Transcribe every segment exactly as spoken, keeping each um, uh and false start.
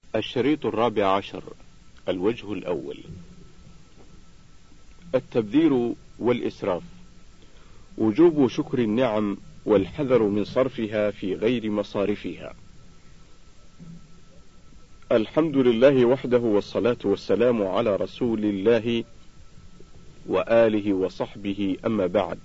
الشريط الرابع عشر. الوجه الأول: التبذير والإسراف. وجوب شكر النعم والحذر من صرفها في غير مصارفها. الحمد لله وحده، والصلاة والسلام على رسول الله وآله وصحبه، أما بعد،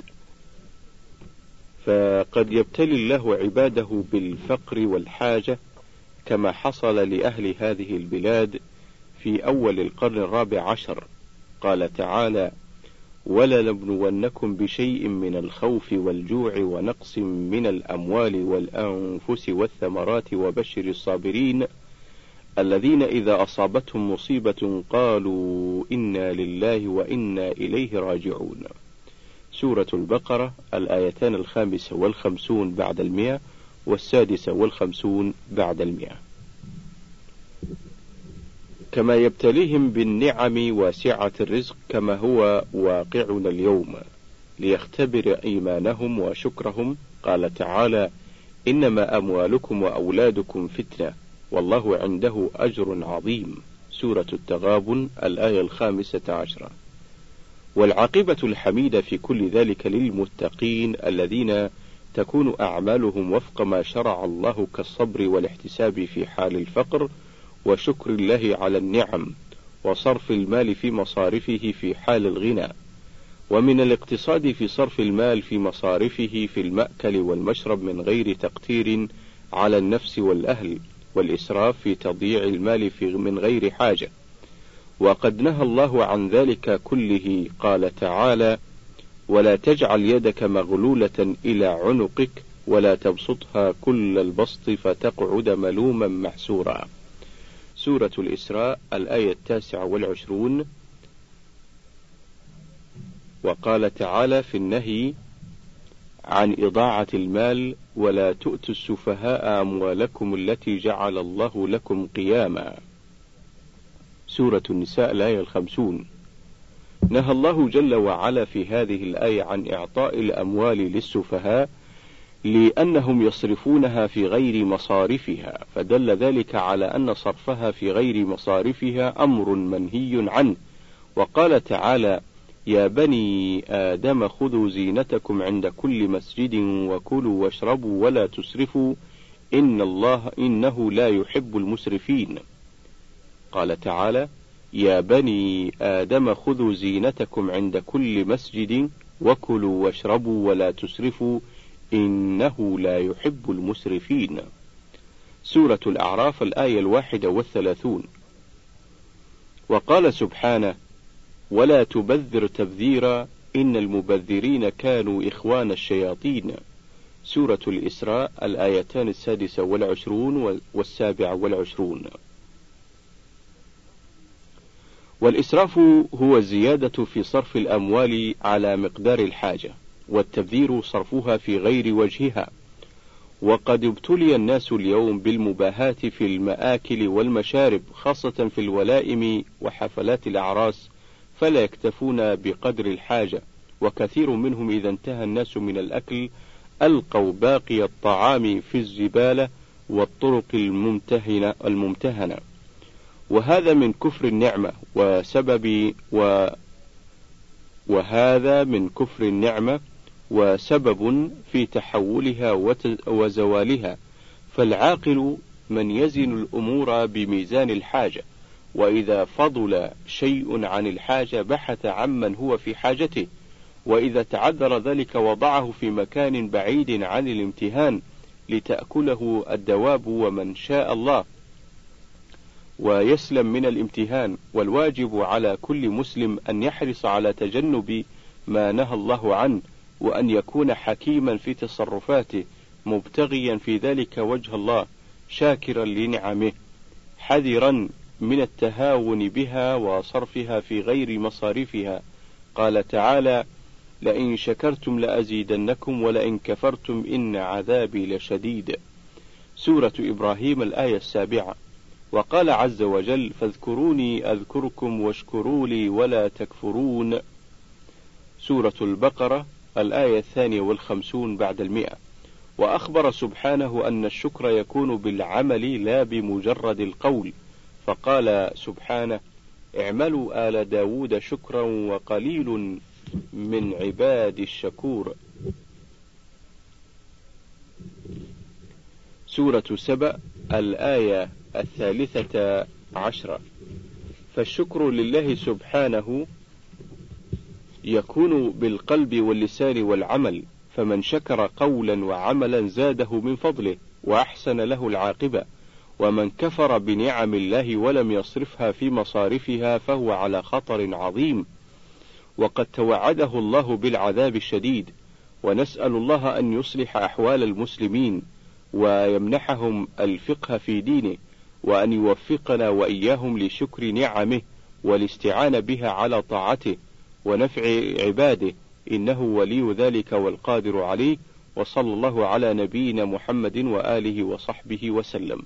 فقد يبتلي الله عباده بالفقر والحاجة كما حصل لأهل هذه البلاد في أول القرن الرابع عشر. قال تعالى: ولنبلونكم بشيء من الخوف والجوع ونقص من الأموال والأنفس والثمرات وبشر الصابرين الذين إذا أصابتهم مصيبة قالوا إنا لله وإنا إليه راجعون. سورة البقرة، الآيتان الخامسة والخمسون بعد المئة والسادسة والخمسون بعد المئة. كما يبتليهم بالنعم واسعة الرزق كما هو واقعنا اليوم ليختبر إيمانهم وشكرهم. قال تعالى: إنما أموالكم وأولادكم فتنة والله عنده أجر عظيم. سورة التغابن، الآية الخامسة عشرة. والعاقبة الحميدة في كل ذلك للمتقين الذين تكون أعمالهم وفق ما شرع الله كالصبر والاحتساب في حال الفقر، وشكر الله على النعم، وصرف المال في مصارفه في حال الغنى، ومن الاقتصاد في صرف المال في مصارفه في المأكل والمشرب من غير تقتير على النفس والأهل، والإسراف في تضييع المال في من غير حاجة. وقد نهى الله عن ذلك كله. قال تعالى: ولا تجعل يدك مغلولة إلى عنقك ولا تبسطها كل البسط فتقعد ملوما محسورا. سورة الإسراء، الآية التاسعة والعشرون. وقال تعالى في النهي عن إضاعة المال: ولا تؤتوا السفهاء أموالكم التي جعل الله لكم قياما. سورة النساء، الآية الخمسون. نهى الله جل وعلا في هذه الآية عن إعطاء الأموال للسفهاء لأنهم يصرفونها في غير مصارفها، فدل ذلك على أن صرفها في غير مصارفها أمر منهي عنه. وقال تعالى: يا بني آدم خذوا زينتكم عند كل مسجد وكلوا واشربوا ولا تسرفوا إن الله إنه لا يحب المسرفين. قال تعالى: يا بني آدم خذوا زينتكم عند كل مسجد وكلوا واشربوا ولا تسرفوا إنه لا يحب المسرفين. سورة الأعراف، الآية الواحدة والثلاثون. وقال سبحانه: ولا تبذر تبذيرا إن المبذرين كانوا إخوان الشياطين. سورة الإسراء، الآيتان السادسة والعشرون والسابعة والعشرون. والإسراف هو الزيادة في صرف الأموال على مقدار الحاجة، والتبذير صرفها في غير وجهها. وقد ابتلي الناس اليوم بالمباهاة في المآكل والمشارب، خاصة في الولائم وحفلات الأعراس، فلا يكتفون بقدر الحاجة، وكثير منهم إذا انتهى الناس من الأكل ألقوا باقي الطعام في الزبالة والطرق الممتهنة الممتهنة وهذا من كفر النعمة وسبب و وهذا من كفر النعمة وسبب في تحولها وزوالها. فالعاقل من يزن الأمور بميزان الحاجة، وإذا فضل شيء عن الحاجة بحث عمن هو في حاجته، وإذا تعذر ذلك وضعه في مكان بعيد عن الامتهان لتأكله الدواب ومن شاء الله ويسلم من الامتهان. والواجب على كل مسلم أن يحرص على تجنب ما نهى الله عنه، وأن يكون حكيما في تصرفاته مبتغيا في ذلك وجه الله، شاكرا لنعمه، حذرا من التهاون بها وصرفها في غير مصارفها. قال تعالى: لئن شكرتم لأزيدنكم ولئن كفرتم إن عذابي لشديد. سورة إبراهيم، الآية السابعة. وقال عز وجل: فاذكروني أذكركم واشكروا لي ولا تكفرون. سورة البقرة، الآية الثانية والخمسون بعد المئة. وأخبر سبحانه أن الشكر يكون بالعمل لا بمجرد القول، فقال سبحانه: اعملوا آل داود شكرا وقليل من عباد الشكور. سورة سبأ الآية الثالثة عشرة. فالشكر لله سبحانه يكون بالقلب واللسان والعمل، فمن شكر قولا وعملا زاده من فضله وأحسن له العاقبة، ومن كفر بنعم الله ولم يصرفها في مصارفها فهو على خطر عظيم، وقد توعده الله بالعذاب الشديد. ونسأل الله أن يصلح أحوال المسلمين ويمنحهم الفقه في دينه، وأن يوفقنا وإياهم لشكر نعمه والاستعانة بها على طاعته ونفع عباده، إنه ولي ذلك والقادر عليه. وصلى الله على نبينا محمد وآله وصحبه وسلم.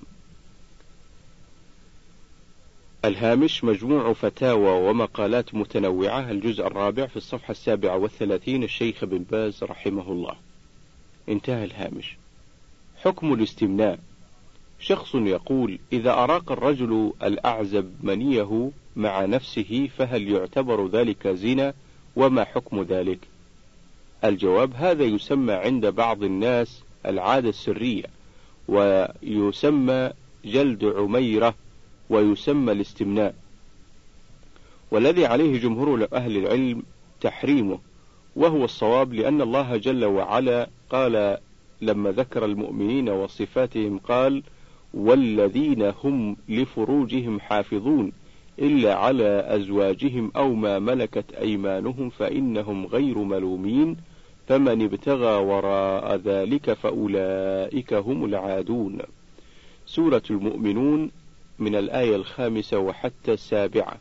الهامش: مجموع فتاوى ومقالات متنوعة، الجزء الرابع، في الصفحة السابعة والثلاثين، الشيخ بن باز رحمه الله. انتهى الهامش. حكم الاستمناء: شخص يقول: إذا أراق الرجل الأعزب منيه مع نفسه فهل يعتبر ذلك زنا؟ وما حكم ذلك؟ الجواب: هذا يسمى عند بعض الناس العادة السرية، ويسمى جلد عميرة، ويسمى الاستمناء، والذي عليه جمهور أهل العلم تحريمه، وهو الصواب، لأن الله جل وعلا قال لما ذكر المؤمنين وصفاتهم قال: والذين هم لفروجهم حافظون إلا على أزواجهم أو ما ملكت أيمانهم فإنهم غير ملومين، فمن ابتغى وراء ذلك فأولئك هم العادون. سورة المؤمنون من الآية الخامسة وحتى السابعة.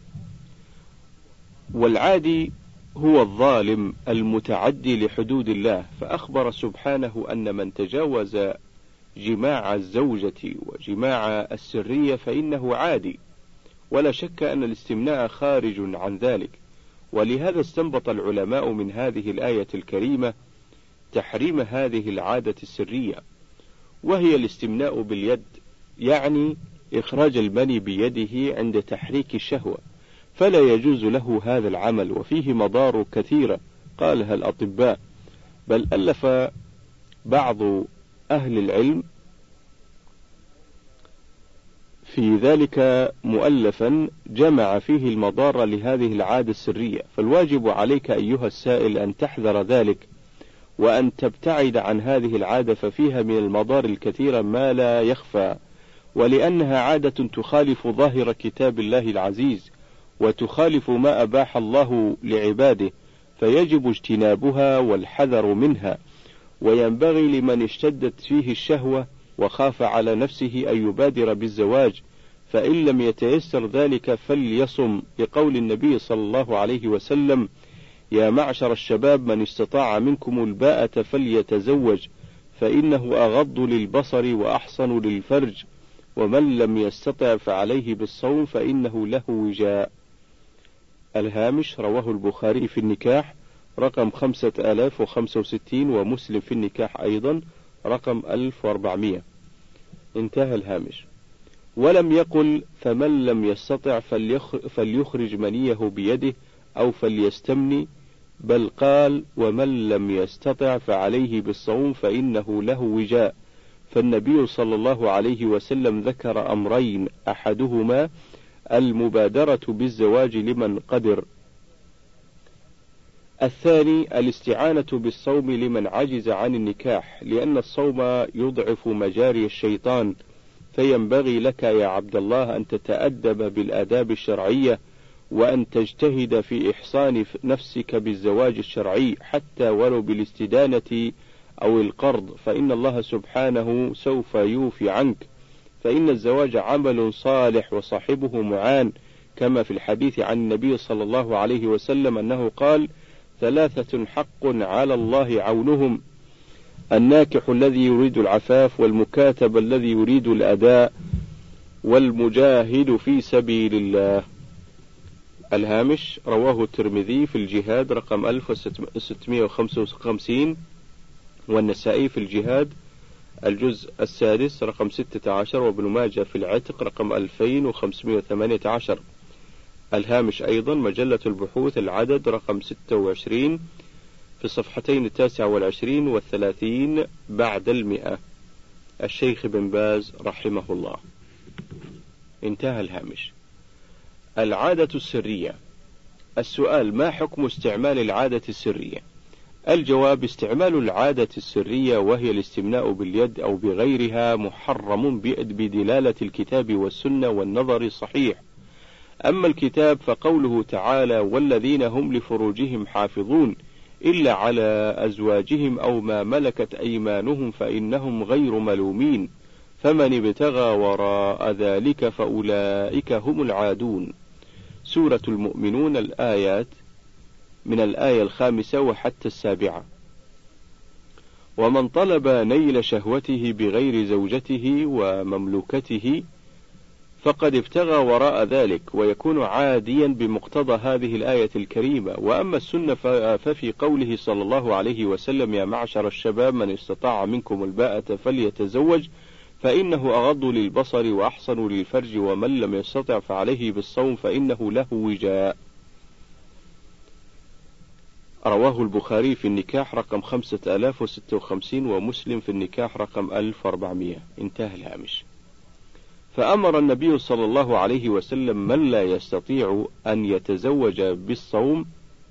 والعادي هو الظالم المتعدي لحدود الله، فأخبر سبحانه أن من تجاوز جماع الزوجة وجماع السرية فإنه عادي، ولا شك أن الاستمناء خارج عن ذلك. ولهذا استنبط العلماء من هذه الآية الكريمة تحريم هذه العادة السرية، وهي الاستمناء باليد، يعني إخراج المني بيده عند تحريك الشهوة، فلا يجوز له هذا العمل، وفيه مضار كثيرة قالها الأطباء، بل ألف بعض أهل العلم في ذلك مؤلفا جمع فيه المضار لهذه العادة السرية. فالواجب عليك أيها السائل أن تحذر ذلك، وأن تبتعد عن هذه العادة، ففيها من المضار الكثير ما لا يخفى، ولأنها عادة تخالف ظاهر كتاب الله العزيز، وتخالف ما أباح الله لعباده، فيجب اجتنابها والحذر منها. وينبغي لمن اشتدت فيه الشهوة وخاف على نفسه أن يبادر بالزواج، فإن لم يتيسر ذلك فليصم، لقول النبي صلى الله عليه وسلم: يا معشر الشباب من استطاع منكم الباءة فليتزوج، فإنه أغض للبصر وأحصن للفرج، ومن لم يستطع فعليه بالصوم فإنه له وجاء. الهامش: رواه البخاري في النكاح رقم خمسة آلاف وخمسة وستين، ومسلم في النكاح أيضا رقم ألف وأربعمائة. انتهى الهامش. ولم يقل فمن لم يستطع فليخرج منيه بيده أو فليستمني، بل قال ومن لم يستطع فعليه بالصوم فإنه له وجاء، فالنبي صلى الله عليه وسلم ذكر أمرين: أحدهما المبادرة بالزواج لمن قدر، الثاني الاستعانة بالصوم لمن عجز عن النكاح، لأن الصوم يضعف مجاري الشيطان، فينبغي لك يا عبد الله أن تتأدب بالآداب الشرعية، وأن تجتهد في إحصان نفسك بالزواج الشرعي، حتى ولو بالاستدانة أو القرض، فإن الله سبحانه سوف يوفي عنك، فإن الزواج عمل صالح وصاحبه معان، كما في الحديث عن النبي صلى الله عليه وسلم أنه قال: ثلاثة حق على الله عونهم: الناكح الذي يريد العفاف، والمكاتب الذي يريد الأداء، والمجاهد في سبيل الله. الهامش: رواه الترمذي في الجهاد رقم ألف وستمائة وخمسة وخمسين، والنسائي في الجهاد الجزء السادس رقم ستة عشر، وابن ماجه في العتق رقم ألفين وخمسمائة وثمانية عشر. الهامش أيضا مجلة البحوث العدد رقم ستة وعشرين في الصفحتين التاسعة والعشرين والثلاثين بعد المئة، الشيخ بن باز رحمه الله. انتهى الهامش. العادة السرية. السؤال: ما حكم استعمال العادة السرية؟ الجواب: استعمال العادة السرية وهي الاستمناء باليد أو بغيرها محرم بدلالة الكتاب والسنة والنظر الصحيح. أما الكتاب فقوله تعالى: والذين هم لفروجهم حافظون إلا على أزواجهم أو ما ملكت أيمانهم فإنهم غير ملومين، فمن ابتغى وراء ذلك فأولئك هم العادون. سورة المؤمنون، الآيات من الآية الخامسة وحتى السابعة. ومن طلب نيل شهوته بغير زوجته ومملوكته فقد ابتغى وراء ذلك، ويكون عاديا بمقتضى هذه الآية الكريمة. وأما السنة ففي قوله صلى الله عليه وسلم: يا معشر الشباب من استطاع منكم الباءة فليتزوج فإنه أغض للبصر وأحصن للفرج، ومن لم يستطع فعليه بالصوم فإنه له وجاء. رواه البخاري في النكاح رقم خمسة آلاف وستة وخمسين، ومسلم في النكاح رقم ألف وأربعمائة. انتهى الهامش. فأمر النبي صلى الله عليه وسلم من لا يستطيع أن يتزوج بالصوم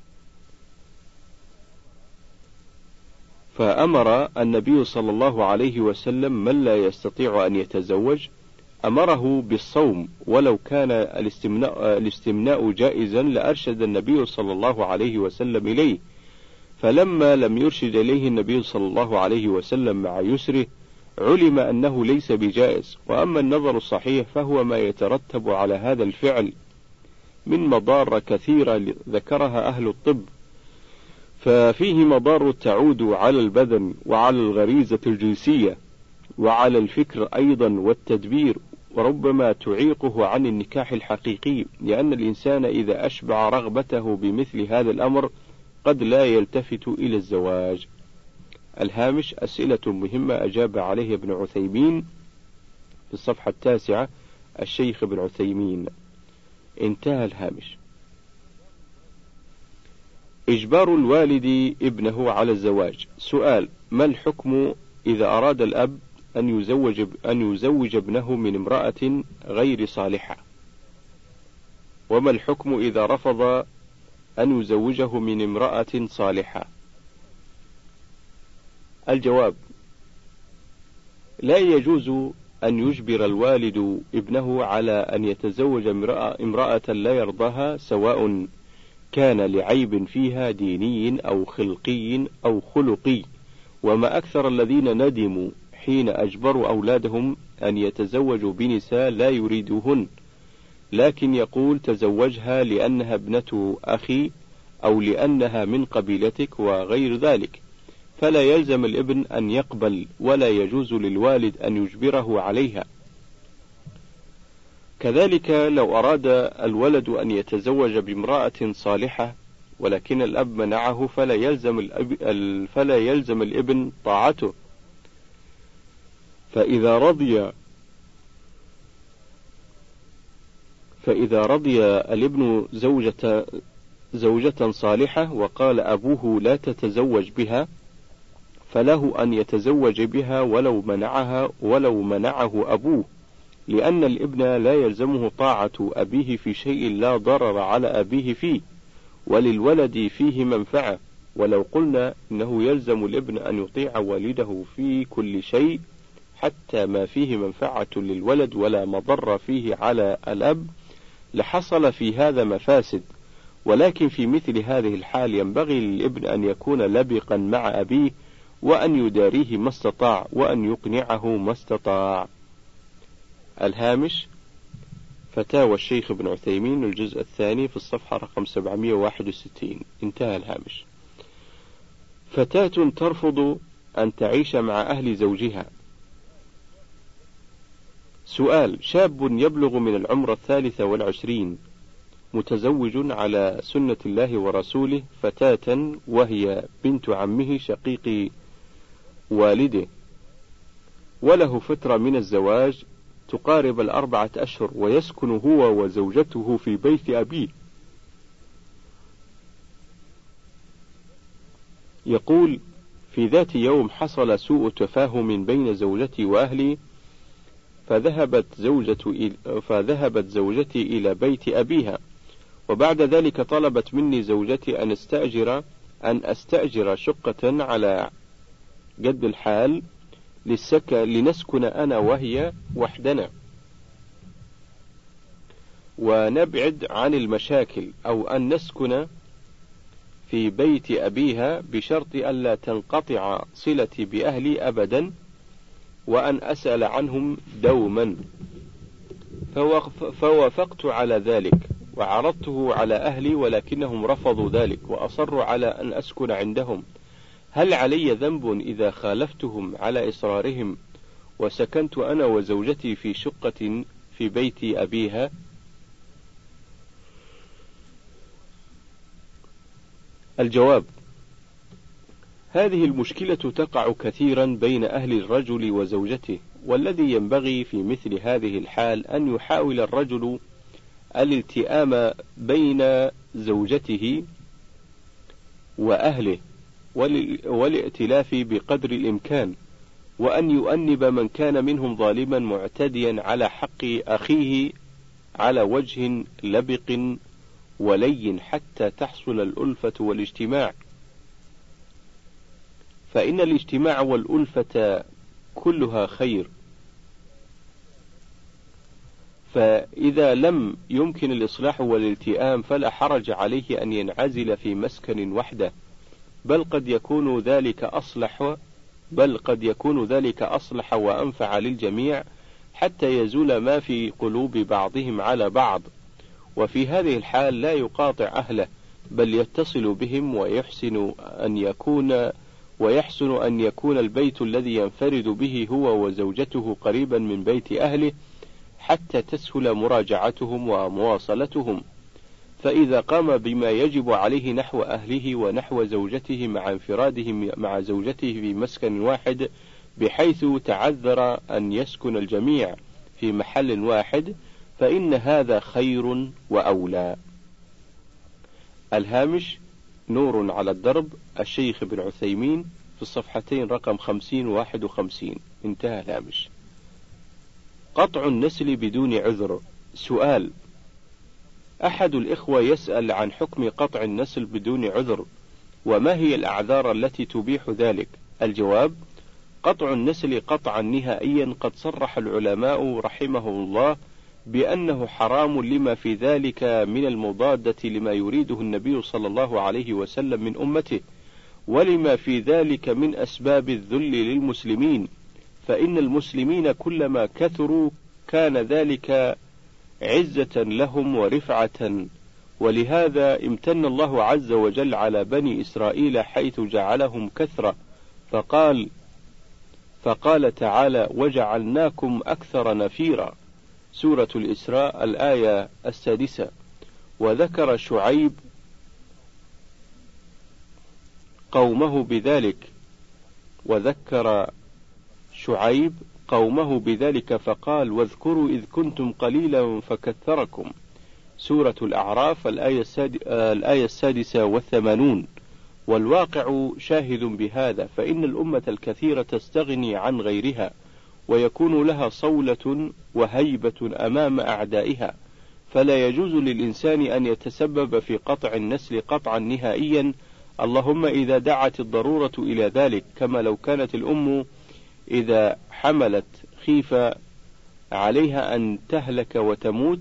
فأمر النبي صلى الله عليه وسلم من لا يستطيع أن يتزوج أمره بالصوم، ولو كان الاستمناء, الاستمناء جائزا لأرشد النبي صلى الله عليه وسلم إليه، فلما لم يرشد إليه النبي صلى الله عليه وسلم مع يسره علم أنه ليس بجائز. وأما النظر الصحيح فهو ما يترتب على هذا الفعل من مضار كثيرة ذكرها أهل الطب، ففيه مضار تعود على البدن وعلى الغريزة الجنسية وعلى الفكر أيضا والتدبير، وربما تعيقه عن النكاح الحقيقي، لأن الإنسان إذا أشبع رغبته بمثل هذا الأمر قد لا يلتفت إلى الزواج. الهامش: أسئلة مهمة أجاب عليه ابن عثيمين في الصفحة التاسعة، الشيخ ابن عثيمين. انتهى الهامش. إجبار الوالد ابنه على الزواج. سؤال: ما الحكم إذا أراد الأب أن يزوج أن يزوج ابنه من امرأة غير صالحة؟ وما الحكم إذا رفض أن يزوجه من امرأة صالحة؟ الجواب: لا يجوز أن يجبر الوالد ابنه على أن يتزوج امرأة لا يرضاها، سواء كان لعيب فيها ديني أو خلقي أو خلقي. وما أكثر الذين ندموا حين أجبروا أولادهم أن يتزوجوا بنساء لا يريدوهن، لكن يقول: تزوجها لأنها ابنة أخي أو لأنها من قبيلتك وغير ذلك، فلا يلزم الابن أن يقبل، ولا يجوز للوالد أن يجبره عليها. كذلك لو أراد الولد أن يتزوج بامرأة صالحة ولكن الأب منعه فلا يلزم الأب فلا يلزم الابن طاعته، فإذا رضي فإذا رضي الابن زوجة زوجة صالحة وقال أبوه لا تتزوج بها، فله أن يتزوج بها ولو منعها ولو منعه أبوه، لأن الابن لا يلزمه طاعة أبيه في شيء لا ضرر على أبيه فيه، وللولد فيه منفعة. ولو قلنا إنه يلزم الابن أن يطيع والده في كل شيء حتى ما فيه منفعة للولد ولا مضر فيه على الأب لحصل في هذا مفاسد، ولكن في مثل هذه الحال ينبغي للابن أن يكون لبقا مع أبيه، وأن يداريه ما استطاع، وأن يقنعه ما استطاع. الهامش: فتاوى الشيخ ابن عثيمين الجزء الثاني في الصفحة رقم سبعمائة وواحد وستين. انتهى الهامش. فتاة ترفض أن تعيش مع أهل زوجها. سؤال: شاب يبلغ من العمر الثالثة والعشرين متزوج على سنة الله ورسوله فتاة وهي بنت عمه شقيق والده، وله فترة من الزواج تقارب الأربعة أشهر، ويسكن هو وزوجته في بيت أبيه. يقول: في ذات يوم حصل سوء تفاهم بين زوجتي وأهلي، فذهبت, زوجة فذهبت زوجتي إلى بيت أبيها، وبعد ذلك طلبت مني زوجتي أن استأجر أن أستأجر شقة على قد الحال للسكن لنسكن أنا وهي وحدنا، ونبعد عن المشاكل، أو أن نسكن في بيت أبيها بشرط ألا تنقطع صلتي بأهلي أبدا، وأن أسأل عنهم دوما. فوافقت على ذلك وعرضته على أهلي، ولكنهم رفضوا ذلك وأصروا على أن أسكن عندهم. هل علي ذنب إذا خالفتهم على إصرارهم وسكنت أنا وزوجتي في شقة في بيت أبيها؟ الجواب: هذه المشكلة تقع كثيرا بين أهل الرجل وزوجته، والذي ينبغي في مثل هذه الحال أن يحاول الرجل الالتئام بين زوجته وأهله والائتلاف بقدر الإمكان، وأن يؤنب من كان منهم ظالما معتديا على حق أخيه على وجه لبق ولين حتى تحصل الألفة والاجتماع، فإن الاجتماع والألفة كلها خير. فإذا لم يمكن الإصلاح والالتئام فلا حرج عليه أن ينعزل في مسكن وحده، بل قد يكون ذلك أصلح بل قد يكون ذلك أصلح وأنفع للجميع، حتى يزول ما في قلوب بعضهم على بعض. وفي هذه الحال لا يقاطع أهله، بل يتصل بهم، ويحسن أن يكون ويحسن أن يكون البيت الذي ينفرد به هو وزوجته قريبا من بيت أهله، حتى تسهل مراجعتهم ومواصلتهم. فإذا قام بما يجب عليه نحو أهله ونحو زوجته مع انفراده مع زوجته في مسكن واحد، بحيث تعذر أن يسكن الجميع في محل واحد، فإن هذا خير وأولى. الهامش: نور على الدرب، الشيخ ابن عثيمين، في الصفحتين رقم خمسين وواحد وخمسين. انتهى الهامش. قطع النسل بدون عذر. سؤال: أحد الإخوة يسأل عن حكم قطع النسل بدون عذر، وما هي الأعذار التي تبيح ذلك؟ الجواب: قطع النسل قطعا نهائيا قد صرح العلماء رحمهم الله بأنه حرام، لما في ذلك من المضادة لما يريده النبي صلى الله عليه وسلم من أمته، ولما في ذلك من أسباب الذل للمسلمين، فإن المسلمين كلما كثروا كان ذلك عزة لهم ورفعة، ولهذا امتن الله عز وجل على بني إسرائيل حيث جعلهم كثرة، فقال فقال تعالى: وجعلناكم أكثر نفيرا، سورة الإسراء الآية السادسة. وذكر شعيب قومه بذلك وذكر شعيب قومه بذلك فقال: واذكروا إذ كنتم قليلا فكثركم، سورة الأعراف الآية السادسة والثمانون. والواقع شاهد بهذا، فإن الأمة الكثيرة تستغني عن غيرها، ويكون لها صولة وهيبة أمام أعدائها، فلا يجوز للإنسان أن يتسبب في قطع النسل قطعا نهائيا، اللهم إذا دعت الضرورة إلى ذلك، كما لو كانت الأم إذا حملت خيف عليها أن تهلك وتموت،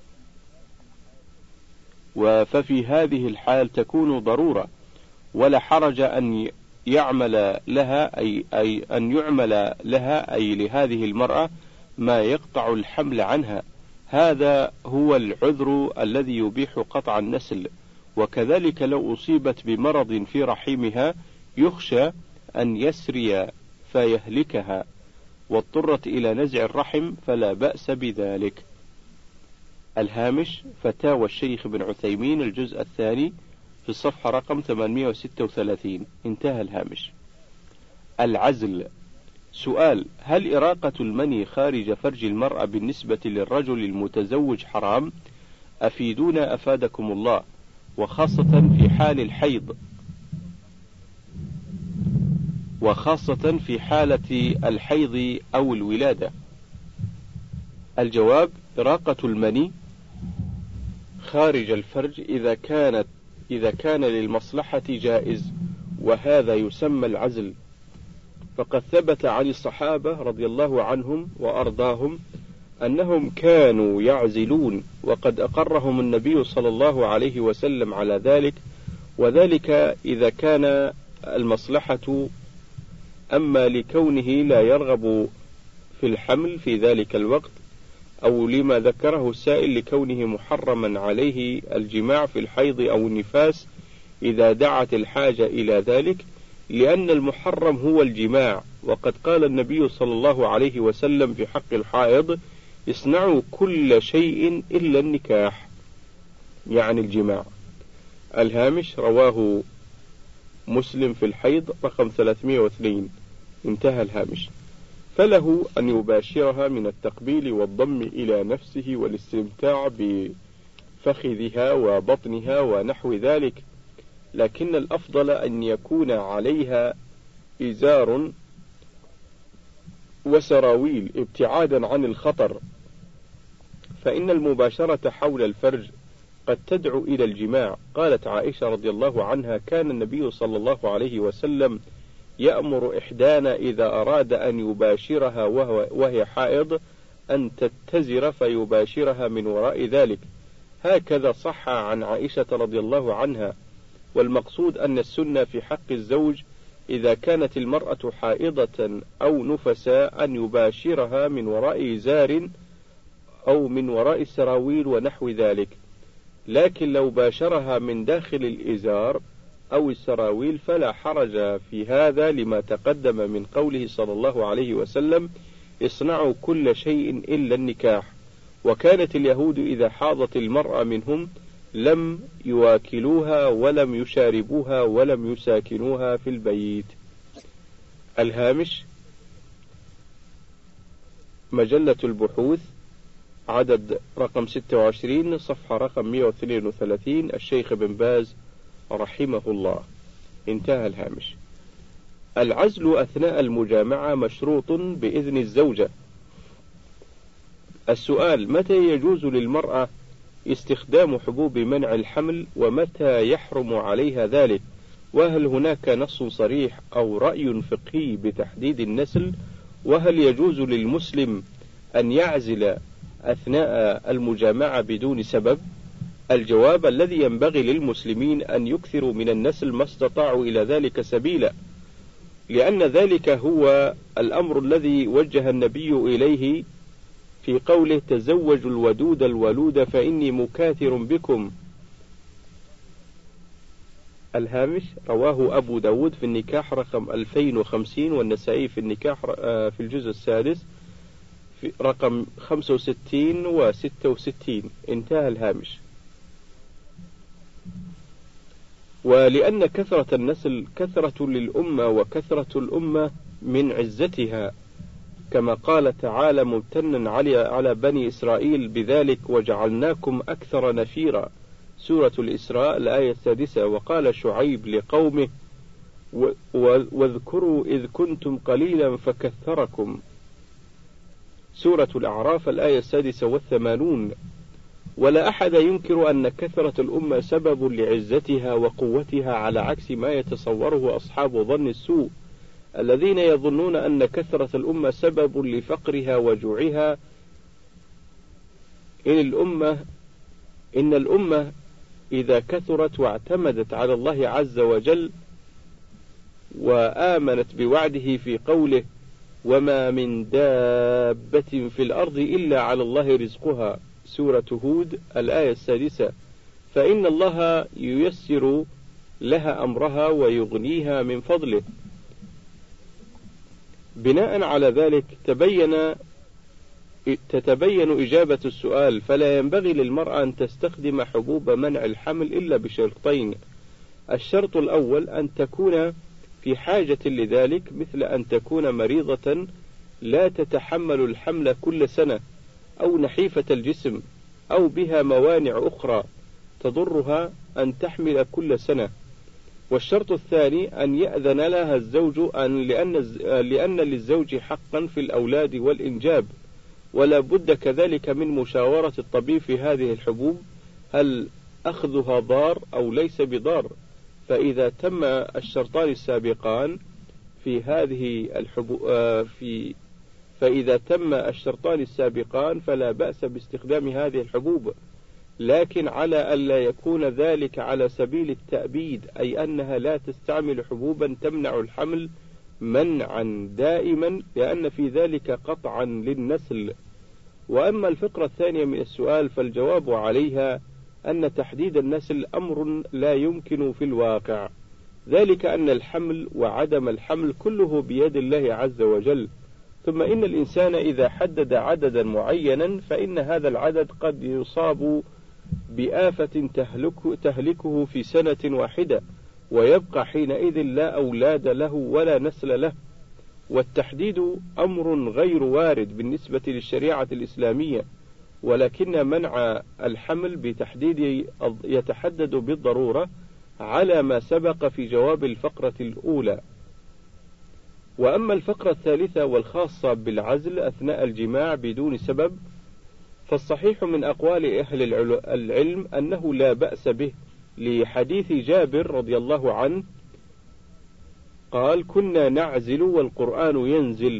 ففي هذه الحال تكون ضرورة، ولا حرج أن يعمل لها أي, أي أن يعمل لها أي لهذه المرأة ما يقطع الحمل عنها. هذا هو العذر الذي يبيح قطع النسل. وكذلك لو أصيبت بمرض في رحمها يخشى أن يسري فيهلكها واضطرت إلى نزع الرحم فلا بأس بذلك. الهامش: فتاوى الشيخ بن عثيمين، الجزء الثاني، في الصفحة رقم ثمانمائة وستة وثلاثين. انتهى الهامش. العزل. سؤال: هل إراقة المني خارج فرج المرأة بالنسبة للرجل المتزوج حرام؟ أفيدونا أفادكم الله، وخاصة في حال الحيض، وخاصة في حالة الحيض أو الولادة. الجواب: إراقة المني خارج الفرج إذا كانت إذا كان للمصلحة جائز، وهذا يسمى العزل، فقد ثبت عن الصحابة رضي الله عنهم وأرضاهم أنهم كانوا يعزلون، وقد أقرهم النبي صلى الله عليه وسلم على ذلك، وذلك إذا كان المصلحة. أما لكونه لا يرغب في الحمل في ذلك الوقت، أو لما ذكره السائل لكونه محرما عليه الجماع في الحيض أو النفاس إذا دعت الحاجة إلى ذلك، لأن المحرم هو الجماع، وقد قال النبي صلى الله عليه وسلم في حق الحائض: اصنعوا كل شيء إلا النكاح، يعني الجماع. الهامش: رواه مسلم في الحيض رقم ثلاثمائة واثنين، انتهى الهامش. فله أن يباشرها من التقبيل والضم إلى نفسه والاستمتاع بفخذها وبطنها ونحو ذلك، لكن الأفضل أن يكون عليها إزار وسراويل ابتعادا عن الخطر، فإن المباشرة حول الفرج قد تدعو إلى الجماع. قالت عائشة رضي الله عنها: كان النبي صلى الله عليه وسلم يأمر إحدانا إذا أراد أن يباشرها وهي حائض أن تتزر فيباشرها من وراء ذلك. هكذا صح عن عائشة رضي الله عنها. والمقصود أن السنة في حق الزوج إذا كانت المرأة حائضة أو نفساء أن يباشرها من وراء إزار أو من وراء السراويل ونحو ذلك، لكن لو باشرها من داخل الإزار أو السراويل فلا حرج في هذا، لما تقدم من قوله صلى الله عليه وسلم: اصنعوا كل شيء إلا النكاح. وكانت اليهود إذا حاضت المرأة منهم لم يواكلوها ولم يشاربوها ولم يساكنوها في البيت. الهامش: مجلة البحوث عدد رقم ستة وعشرين صفحة رقم مئة واثنين وثلاثين، الشيخ بن باز رحمه الله، انتهى الهامش. العزل أثناء المجامعة مشروط بإذن الزوجة. السؤال: متى يجوز للمرأة استخدام حبوب منع الحمل، ومتى يحرم عليها ذلك؟ وهل هناك نص صريح أو رأي فقهي بتحديد النسل؟ وهل يجوز للمسلم أن يعزل أثناء المجامعة بدون سبب؟ الجواب: الذي ينبغي للمسلمين أن يكثروا من النسل ما استطاعوا إلى ذلك سبيلا، لأن ذلك هو الأمر الذي وجه النبي إليه في قوله: تزوجوا الودود الولود فإني مكاثر بكم. الهامش: رواه أبو داود في النكاح رقم ألفين وخمسين، والنسائي في النكاح في الجزء السادس في رقم خمسة وستين وستة وستين، انتهى الهامش. ولأن كثرة النسل كثرة للأمة، وكثرة الأمة من عزتها، كما قال تعالى ممتنا على بني إسرائيل بذلك: وجعلناكم أكثر نفيرا، سورة الإسراء الآية السادسة. وقال شعيب لقومه: واذكروا إذ كنتم قليلا فكثركم، سورة الأعراف الآية السادسة والثمانون. ولا أحد ينكر أن كثرة الأمة سبب لعزتها وقوتها، على عكس ما يتصوره أصحاب ظن السوء الذين يظنون أن كثرة الأمة سبب لفقرها وجوعها. إن الأمة إن الأمة إذا كثرت واعتمدت على الله عز وجل وآمنت بوعده في قوله: وما من دابة في الأرض إلا على الله رزقها، سورة هود الآية السادسة، فإن الله ييسر لها أمرها ويغنيها من فضله. بناء على ذلك تبين تتبين إجابة السؤال، فلا ينبغي للمرأة أن تستخدم حبوب منع الحمل إلا بشرطين: الشرط الأول أن تكون في حاجة لذلك، مثل أن تكون مريضة لا تتحمل الحمل كل سنة، أو نحيفة الجسم، أو بها موانع أخرى تضرها أن تحمل كل سنة. والشرط الثاني أن يأذن لها الزوج، أن لأن, لأن للزوج حقا في الأولاد والإنجاب، ولا بد كذلك من مشاورة الطبيب في هذه الحبوب، هل أخذها ضار أو ليس بضار. فإذا تم الشرطان السابقان في هذه الحبوب في فإذا تم الشرطان السابقان فلا بأس باستخدام هذه الحبوب، لكن على ألا يكون ذلك على سبيل التأبيد، أي أنها لا تستعمل حبوبا تمنع الحمل منعا دائما، لأن في ذلك قطعا للنسل. وأما الفقرة الثانية من السؤال فالجواب عليها أن تحديد النسل أمر لا يمكن في الواقع، ذلك أن الحمل وعدم الحمل كله بيد الله عز وجل. ثم إن الإنسان إذا حدد عددا معينا فإن هذا العدد قد يصاب بآفة تهلك تهلكه في سنة واحدة، ويبقى حينئذ لا أولاد له ولا نسل له. والتحديد أمر غير وارد بالنسبة للشريعة الإسلامية، ولكن منع الحمل بتحديد يتحدد بالضرورة على ما سبق في جواب الفقرة الأولى. وأما الفقرة الثالثة والخاصة بالعزل أثناء الجماع بدون سبب، فالصحيح من أقوال أهل العلم أنه لا بأس به، لحديث جابر رضي الله عنه قال: كنا نعزل والقرآن ينزل.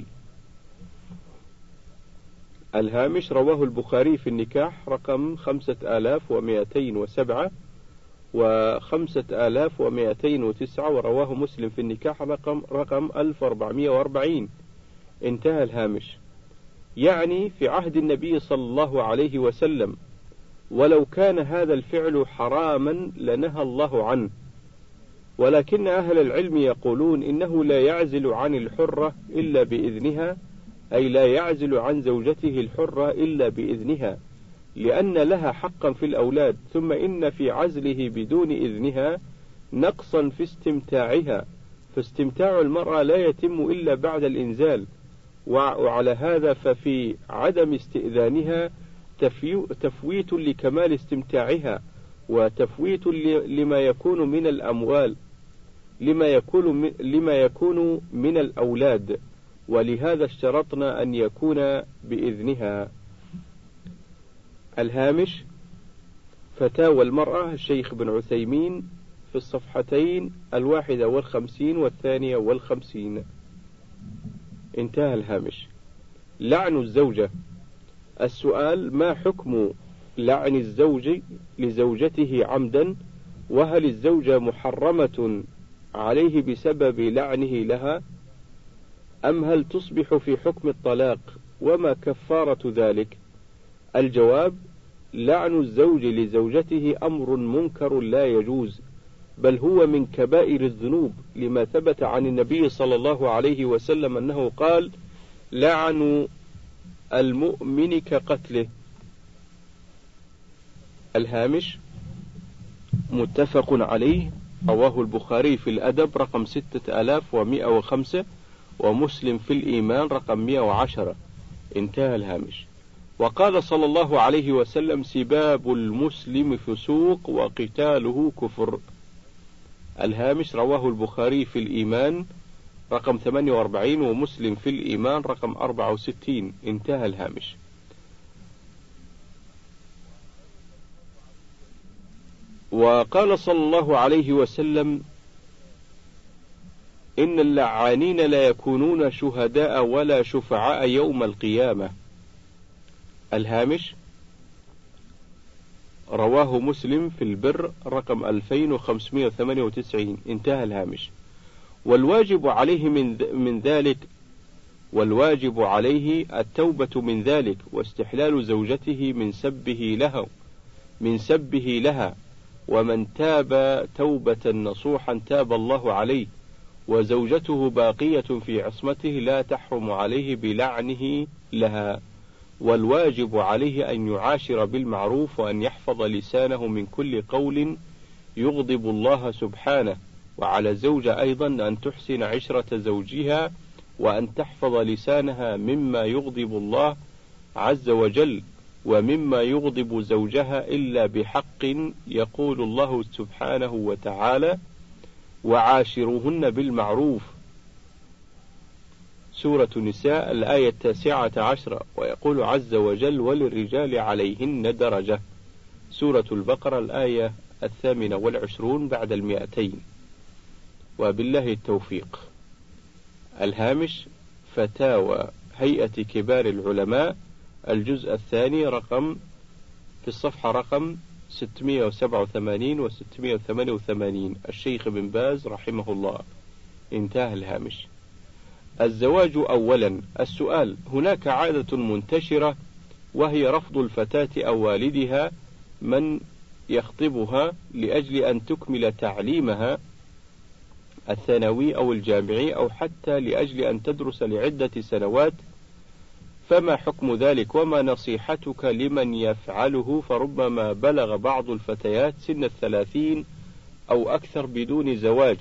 الهامش: رواه البخاري في النكاح رقم خمسة آلاف ومائتين وسبعة وخمسة آلاف ومائتين وتسعة، ورواه مسلم في النكاح رقم رقم ألف وأربعمائة وأربعين. انتهى الهامش. يعني في عهد النبي صلى الله عليه وسلم، ولو كان هذا الفعل حراما لنهى الله عنه. ولكن أهل العلم يقولون إنه لا يعزل عن الحرة إلا بإذنها، أي لا يعزل عن زوجته الحرة إلا بإذنها، لأن لها حقا في الأولاد. ثم إن في عزله بدون إذنها نقصا في استمتاعها، فاستمتاع المرأة لا يتم إلا بعد الإنزال، وعلى هذا ففي عدم استئذانها تفويت لكمال استمتاعها، وتفويت لما يكون من الأموال لما يكون من لما يكون من الأولاد، ولهذا اشترطنا أن يكون بإذنها. الهامش: فتاوى المرأة الشيخ بن عثيمين في الصفحتين الواحدة والخمسين والثانية والخمسين. انتهى الهامش. لعن الزوجة. السؤال: ما حكم لعن الزوج لزوجته عمدا؟ وهل الزوجة محرمة عليه بسبب لعنه لها، أم هل تصبح في حكم الطلاق؟ وما كفارة ذلك؟ الجواب: لعن الزوج لزوجته أمر منكر لا يجوز، بل هو من كبائر الذنوب، لما ثبت عن النبي صلى الله عليه وسلم أنه قال: لعن المؤمن كقتله. الهامش: متفق عليه، رواه البخاري في الأدب رقم ستة آلاف ومائة وخمسة، ومسلم في الإيمان رقم مائة وعشرة. انتهى الهامش. وقال صلى الله عليه وسلم: سباب المسلم فسوق وقتاله كفر. الهامش: رواه البخاري في الإيمان رقم ثمانية وأربعين، ومسلم في الإيمان رقم أربعة وستين. انتهى الهامش. وقال صلى الله عليه وسلم: إن اللعانين لا يكونون شهداء ولا شفعاء يوم القيامة. الهامش: رواه مسلم في البر رقم ألفين وخمسمائة وثمانية وتسعين. انتهى الهامش. والواجب عليه من من ذلك والواجب عليه التوبة من ذلك، واستحلال زوجته من سبه لها من سبه لها ومن تاب توبة نصوحا تاب الله عليه، وزوجته باقية في عصمته لا تحرم عليه بلعنه لها. والواجب عليه أن يعاشر بالمعروف، وأن يحفظ لسانه من كل قول يغضب الله سبحانه، وعلى الزوجة أيضا أن تحسن عشرة زوجها وأن تحفظ لسانها مما يغضب الله عز وجل ومما يغضب زوجها إلا بحق، يقول الله سبحانه وتعالى: وعاشروهن بالمعروف، سورة النساء الآية التاسعة عشرة. ويقول عز وجل: وللرجال عليهن درجة، سورة البقرة الآية الثامنة والعشرون بعد المئتين. وبالله التوفيق. الهامش: فتاوى هيئة كبار العلماء، الجزء الثاني، رقم في الصفحة رقم ستمائة وسبعة وثمانين و ستمائة وثمانية وثمانين، الشيخ بن باز رحمه الله. انتهى الهامش. الزواج أولا. السؤال: هناك عادة منتشرة وهي رفض الفتاة أو والدها من يخطبها لأجل أن تكمل تعليمها الثانوي أو الجامعي أو حتى لأجل أن تدرس لعدة سنوات، فما حكم ذلك وما نصيحتك لمن يفعله؟ فربما بلغ بعض الفتيات سن الثلاثين أو أكثر بدون زواج.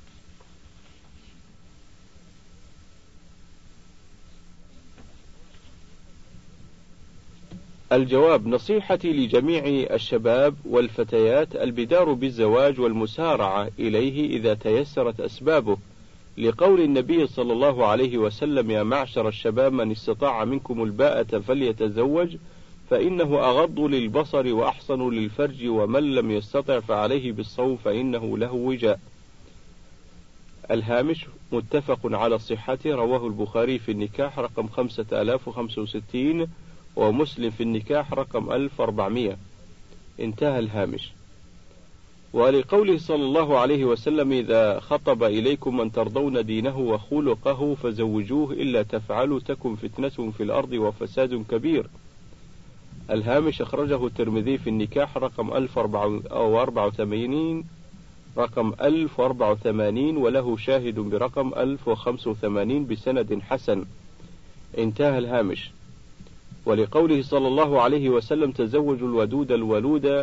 الجواب: نصيحتي لجميع الشباب والفتيات البدار بالزواج والمسارعة إليه إذا تيسرت أسبابه، لقول النبي صلى الله عليه وسلم: يا معشر الشباب من استطاع منكم الباءة فليتزوج فإنه أغض للبصر وأحصن للفرج، ومن لم يستطع فعليه بالصوم فإنه له وجاء. الهامش: متفق على صحته، رواه البخاري في النكاح رقم خمسة آلاف وخمسة وستين ومسلم في النكاح رقم ألف وأربعمائة. انتهى الهامش. ولقوله صلى الله عليه وسلم: إذا خطب إليكم من ترضون دينه وخلقه فزوجوه إلا تفعلوا تكن فتنة في الأرض وفساد كبير. الهامش: أخرجه الترمذي في النكاح رقم ألف وأربعة وثمانين رقم ألف وأربعة وثمانين وله شاهد برقم ألف وخمسة وثمانين بسند حسن. انتهى الهامش. ولقوله صلى الله عليه وسلم: تزوجوا الودود الولود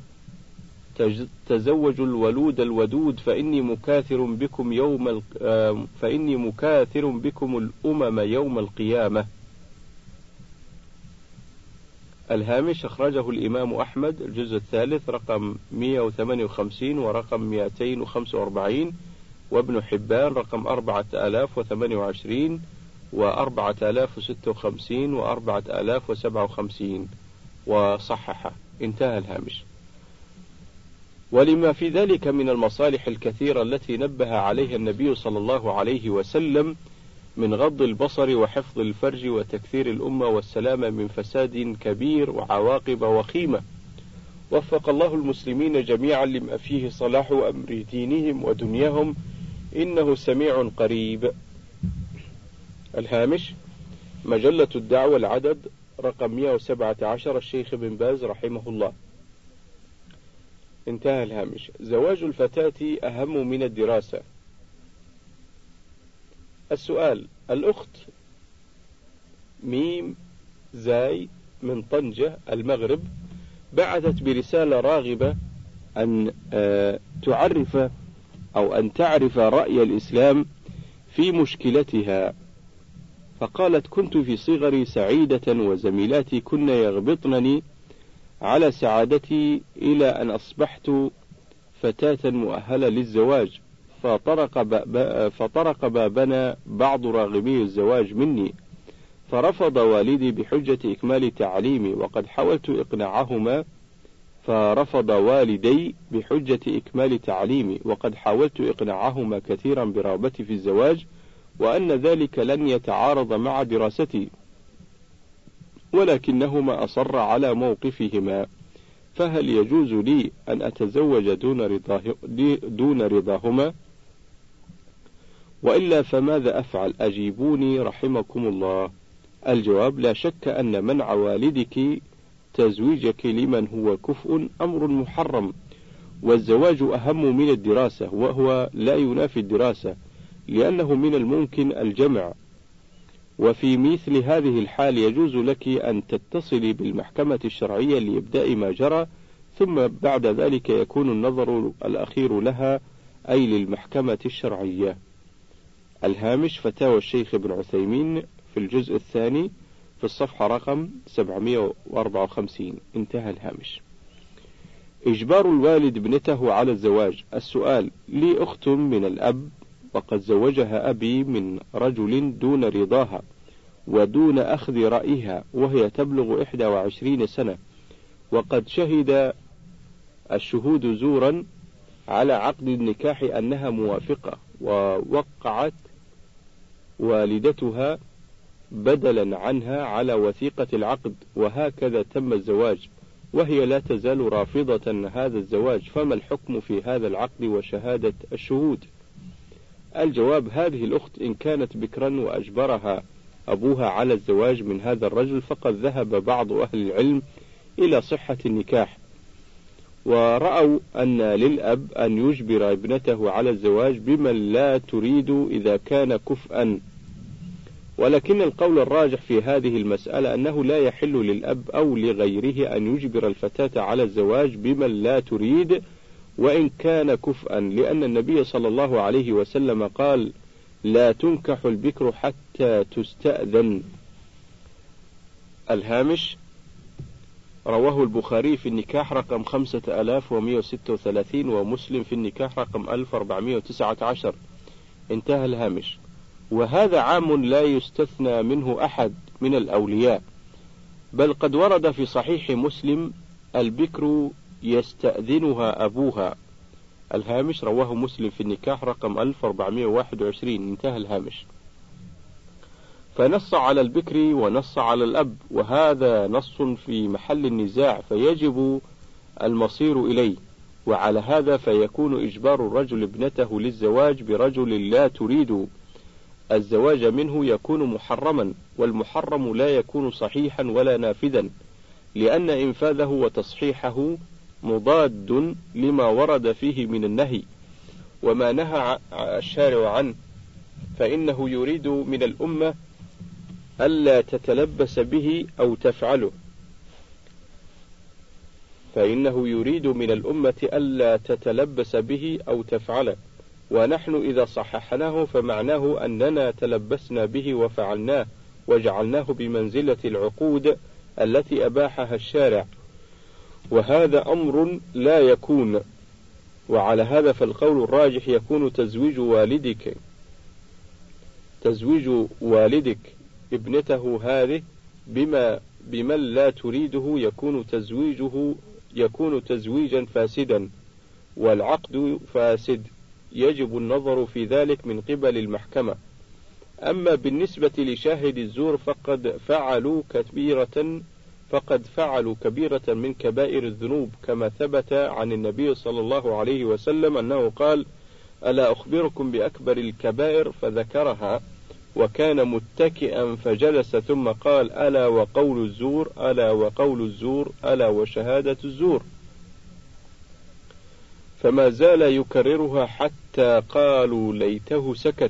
تزوجوا الولود الودود فإني مكاثر بكم يوم فإني مكاثر بكم الأمم يوم القيامة. الهامش: أخرجه الإمام أحمد الجزء الثالث رقم مئة وثمانية وخمسين ورقم مئتين وخمسة وأربعين، وابن حبان رقم أربعة آلاف وثمانية وعشرين وأربعة آلاف وستة وخمسين وأربعة آلاف وسبعة وخمسين، وصححه. انتهى الهامش. ولما في ذلك من المصالح الكثيرة التي نبه عليها النبي صلى الله عليه وسلم من غض البصر وحفظ الفرج وتكثير الأمة والسلامة من فساد كبير وعواقب وخيمة، وفق الله المسلمين جميعا لما فيه صلاح أمر دينهم ودنياهم، إنه سميع قريب. الهامش: مجلة الدعوة العدد رقم مئة وسبعة عشر، الشيخ بن باز رحمه الله. انتهى الهامش. زواج الفتاة أهم من الدراسة. السؤال: الأخت ميم زاي من طنجة المغرب بعثت برسالة راغبة أن تعرف أو أن تعرف رأي الإسلام في مشكلتها، فقالت: كنت في صغري سعيدة وزميلاتي كن يغبطنني على سعادتي إلى أن أصبحت فتاة مؤهلة للزواج، فطرق, باب فطرق بابنا بعض راغبي الزواج مني، فرفض والدي بحجة إكمال تعليمي، وقد حاولت إقناعهما فرفض والدي بحجة إكمال تعليمي وقد حاولت إقناعهما كثيرا برغبتي في الزواج وأن ذلك لن يتعارض مع دراستي، ولكنهما أصر على موقفهما، فهل يجوز لي أن أتزوج دون, رضاه دون رضاهما؟ وإلا فماذا أفعل؟ أجيبوني رحمكم الله. الجواب: لا شك أن منع والدك تزويجك لمن هو كفء أمر محرم، والزواج أهم من الدراسة، وهو لا ينافي الدراسة لأنه من الممكن الجمع، وفي مثل هذه الحال يجوز لك أن تتصلي بالمحكمة الشرعية لإبداء ما جرى، ثم بعد ذلك يكون النظر الأخير لها أي للمحكمة الشرعية. الهامش: فتاوى الشيخ ابن عثيمين في الجزء الثاني في الصفحة رقم سبعمائة وأربعة وخمسين. انتهى الهامش. إجبار الوالد ابنته على الزواج. السؤال: لي أخت من الأب وقد زوجها أبي من رجل دون رضاها ودون أخذ رأيها وهي تبلغ إحدى وعشرين سنة، وقد شهد الشهود زورا على عقد النكاح أنها موافقة، ووقعت والدتها بدلا عنها على وثيقة العقد، وهكذا تم الزواج وهي لا تزال رافضة هذا الزواج، فما الحكم في هذا العقد وشهادة الشهود؟ الجواب: هذه الأخت إن كانت بكرا وأجبرها أبوها على الزواج من هذا الرجل فقد ذهب بعض أهل العلم إلى صحة النكاح، ورأوا أن للأب أن يجبر ابنته على الزواج بمن لا تريد إذا كان كفءا، ولكن القول الراجح في هذه المسألة أنه لا يحل للأب أو لغيره أن يجبر الفتاة على الزواج بمن لا تريد وإن كان كفءا، لأن النبي صلى الله عليه وسلم قال: لا تنكح البكر حتى تستأذن. الهامش: رواه البخاري في النكاح رقم خمسة آلاف ومئة وستة وثلاثين ومسلم في النكاح رقم ألف وأربعمائة وتسعة عشر. انتهى الهامش. وهذا عام لا يستثنى منه أحد من الأولياء، بل قد ورد في صحيح مسلم: البكر يستأذنها أبوها. الهامش: رواه مسلم في النكاح رقم ألف وأربعمائة وواحد وعشرين. انتهى الهامش. فنص على البكر ونص على الأب، وهذا نص في محل النزاع فيجب المصير إليه، وعلى هذا فيكون إجبار الرجل ابنته للزواج برجل لا تريد الزواج منه يكون محرما، والمحرم لا يكون صحيحا ولا نافذا، لأن إنفاذه وتصحيحه مضاد لما ورد فيه من النهي، وما نهى الشارع عنه فإنه يريد من الأمة ألا تتلبس به أو تفعله فإنه يريد من الأمة ألا تتلبس به أو تفعله، ونحن إذا صححناه فمعناه أننا تلبسنا به وفعلناه وجعلناه بمنزلة العقود التي أباحها الشارع، وهذا أمر لا يكون. وعلى هذا فالقول الراجح يكون تزويج والدك تزويج والدك ابنته هذه بما بمن لا تريده يكون تزويجه يكون تزويجا فاسدا، والعقد فاسد، يجب النظر في ذلك من قبل المحكمة. أما بالنسبة لشاهد الزور فقد فعلوا كبيرة فقد فعلوا كبيرة من كبائر الذنوب، كما ثبت عن النبي صلى الله عليه وسلم أنه قال: ألا أخبركم بأكبر الكبائر؟ فذكرها وكان متكئا فجلس ثم قال: ألا وقول الزور، ألا وقول الزور، ألا وشهادة الزور، فما زال يكررها حتى قالوا ليته سكت.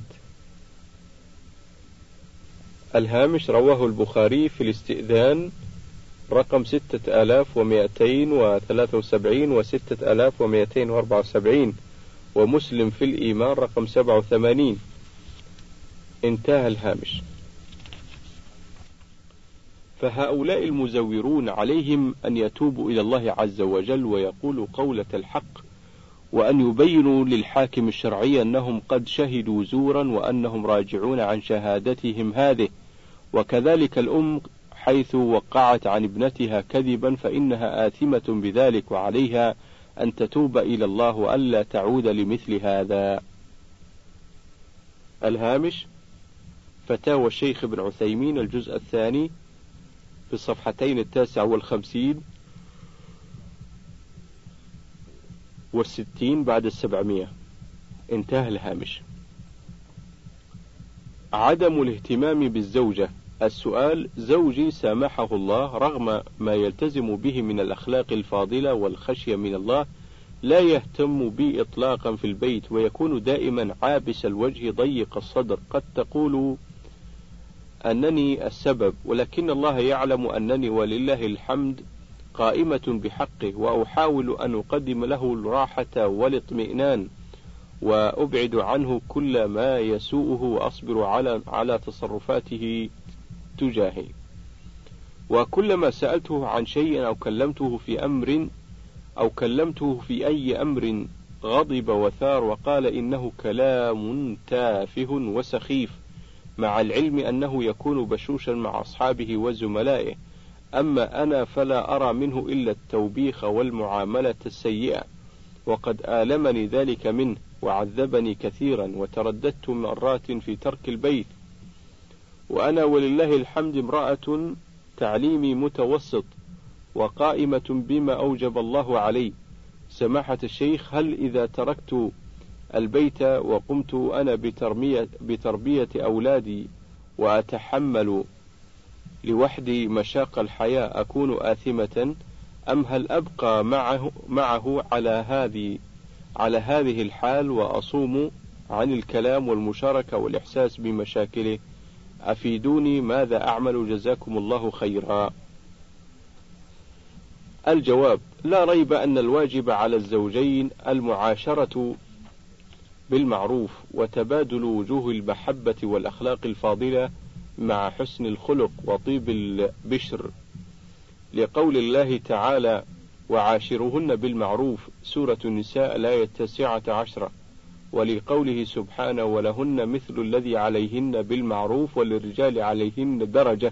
الهامش: رواه البخاري في الاستئذان رقم ستة آلاف ومئتين وثلاثة وسبعين وستة آلاف ومئتين وأربعة وسبعين، ومسلم في الإيمان رقم سبعة وثمانين. انتهى الهامش. فهؤلاء المزورون عليهم أن يتوبوا إلى الله عز وجل ويقولوا قولة الحق، وأن يبينوا للحاكم الشرعي أنهم قد شهدوا زورا وأنهم راجعون عن شهادتهم هذه، وكذلك الأم حيث وقعت عن ابنتها كذبا فإنها آثمة بذلك، وعليها أن تتوب إلى الله وألا تعود لمثل هذا. الهامش: فتاوى الشيخ ابن عثيمين الجزء الثاني في الصفحتين التاسع والخمسين والستين بعد السبعمية. انتهى الهامش. عدم الاهتمام بالزوجة. السؤال: زوجي سامحه الله رغم ما يلتزم به من الأخلاق الفاضلة والخشية من الله لا يهتم بي إطلاقا في البيت، ويكون دائما عابس الوجه ضيق الصدر، قد تقول أنني السبب، ولكن الله يعلم أنني ولله الحمد قائمة بحقه، وأحاول أن أقدم له الراحة والاطمئنان، وأبعد عنه كل ما يسوءه وأصبر على على تصرفاته تجاهي. وكلما سألته عن شيء أو كلمته في أمر أو كلمته في أي أمر غضب وثار وقال إنه كلام تافه وسخيف، مع العلم أنه يكون بشوشا مع أصحابه وزملائه. أما أنا فلا أرى منه إلا التوبيخ والمعاملة السيئة، وقد آلمني ذلك منه وعذبني كثيرا، وترددت مرات في ترك البيت، وأنا ولله الحمد امرأة تعليمي متوسط وقائمة بما أوجب الله علي. سماحة الشيخ، هل إذا تركت البيت وقمت أنا بتربية, بتربية أولادي وأتحمل لوحدي مشاق الحياة أكون آثمة، أم هل أبقى معه, معه على هذه على هذه الحال وأصوم عن الكلام والمشاركة والإحساس بمشاكله؟ أفيدوني ماذا أعمل جزاكم الله خيرا. الجواب: لا ريب أن الواجب على الزوجين المعاشرة بالمعروف وتبادل وجوه المحبة والأخلاق الفاضلة مع حسن الخلق وطيب البشر، لقول الله تعالى: وعاشرهن بالمعروف، سورة النساء الآية التاسعة عشرة، ولقوله سبحانه: ولهن مثل الذي عليهن بالمعروف وللرجال عليهن درجة،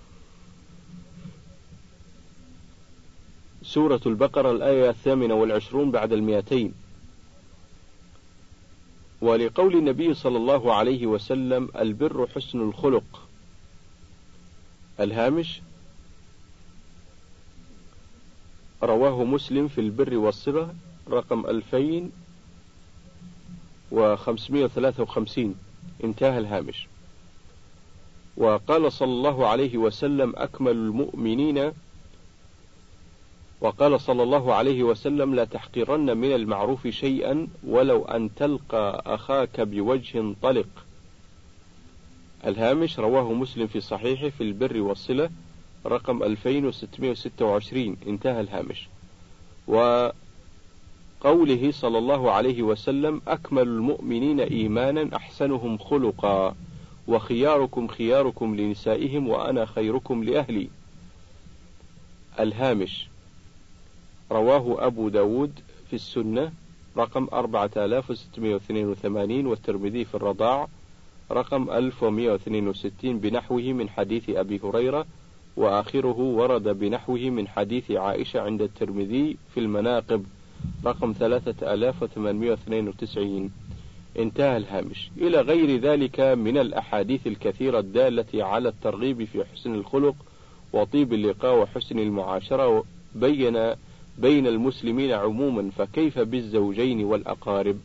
سورة البقرة الآية الثامنة والعشرون بعد المئتين. ولقول النبي صلى الله عليه وسلم: البر حسن الخلق. الهامش: رواه مسلم في البر والصلة رقم ألفين وخمسمائة وثلاثة وخمسين، انتهى الهامش. وقال صلى الله عليه وسلم: أكمل المؤمنين وقال صلى الله عليه وسلم: لا تحقرن من المعروف شيئا ولو أن تلقى أخاك بوجه طلق. الهامش: رواه مسلم في صحيحه في البر والصلة رقم ألفين وستمائة وستة وعشرين، انتهى الهامش. وقوله صلى الله عليه وسلم: أكمل المؤمنين إيمانا أحسنهم خلقا، وخياركم خياركم لنسائهم وأنا خيركم لأهلي. الهامش: رواه أبو داود في السنة رقم أربعة آلاف وستمائة واثنين وثمانين، والترمذي في الرضاع رقم ألف ومائة واثنين وستين بنحوه من حديث أبي هريرة، وآخره ورد بنحوه من حديث عائشة عند الترمذي في المناقب رقم ثلاثة آلاف وثمانمائة واثنين وتسعين، انتهى الهامش. إلى غير ذلك من الأحاديث الكثيرة الدالة على الترغيب في حسن الخلق وطيب اللقاء وحسن المعاشرة بين بين المسلمين عموما، فكيف بالزوجين والأقارب؟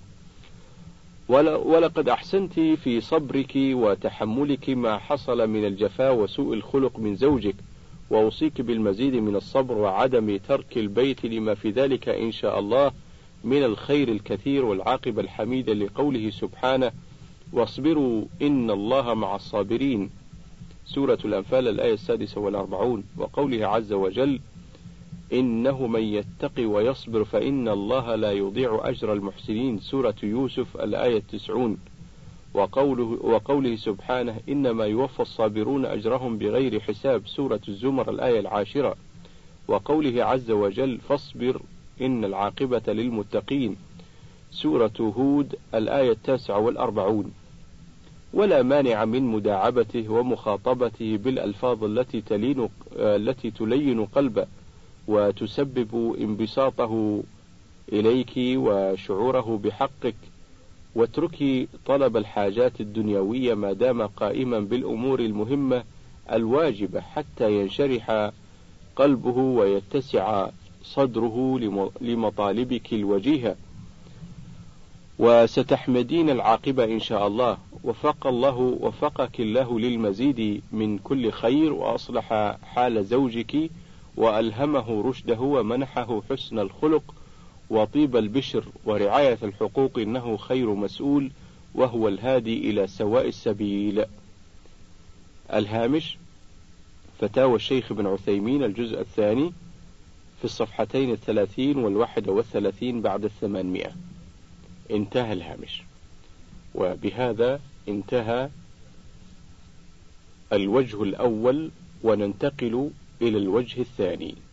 ولقد أحسنت في صبرك وتحملك ما حصل من الجفاء وسوء الخلق من زوجك، وأوصيك بالمزيد من الصبر وعدم ترك البيت لما في ذلك إن شاء الله من الخير الكثير والعاقبة الحميدة، لقوله سبحانه: واصبروا إن الله مع الصابرين، سورة الأنفال الآية السادسة والأربعون، وقوله عز وجل: إنه من يتقي ويصبر فإن الله لا يضيع أجر المحسنين، سورة يوسف الآية التسعون، وقوله, وقوله سبحانه: إنما يوفى الصابرون أجرهم بغير حساب، سورة الزمر الآية العاشرة، وقوله عز وجل: فاصبر إن العاقبة للمتقين، سورة هود الآية التاسعة والأربعون. ولا مانع من مداعبته ومخاطبته بالألفاظ التي تلين التي تلين قلبه وتسبب انبساطه إليك وشعوره بحقك، واتركي طلب الحاجات الدنيوية ما دام قائما بالأمور المهمة الواجبة حتى ينشرح قلبه ويتسع صدره لمطالبك الوجيهة، وستحمدين العاقبة إن شاء الله. وفق الله وفقك الله للمزيد من كل خير، وأصلح حال زوجك وألهمه رشده ومنحه حسن الخلق وطيب البشر ورعاية الحقوق، إنه خير مسؤول وهو الهادي إلى سواء السبيل. الهامش: فتاوى الشيخ ابن عثيمين الجزء الثاني في الصفحتين الثلاثين والواحد والثلاثين بعد الثمانمائة، انتهى الهامش. وبهذا انتهى الوجه الأول، وننتقل إلى الوجه الثاني.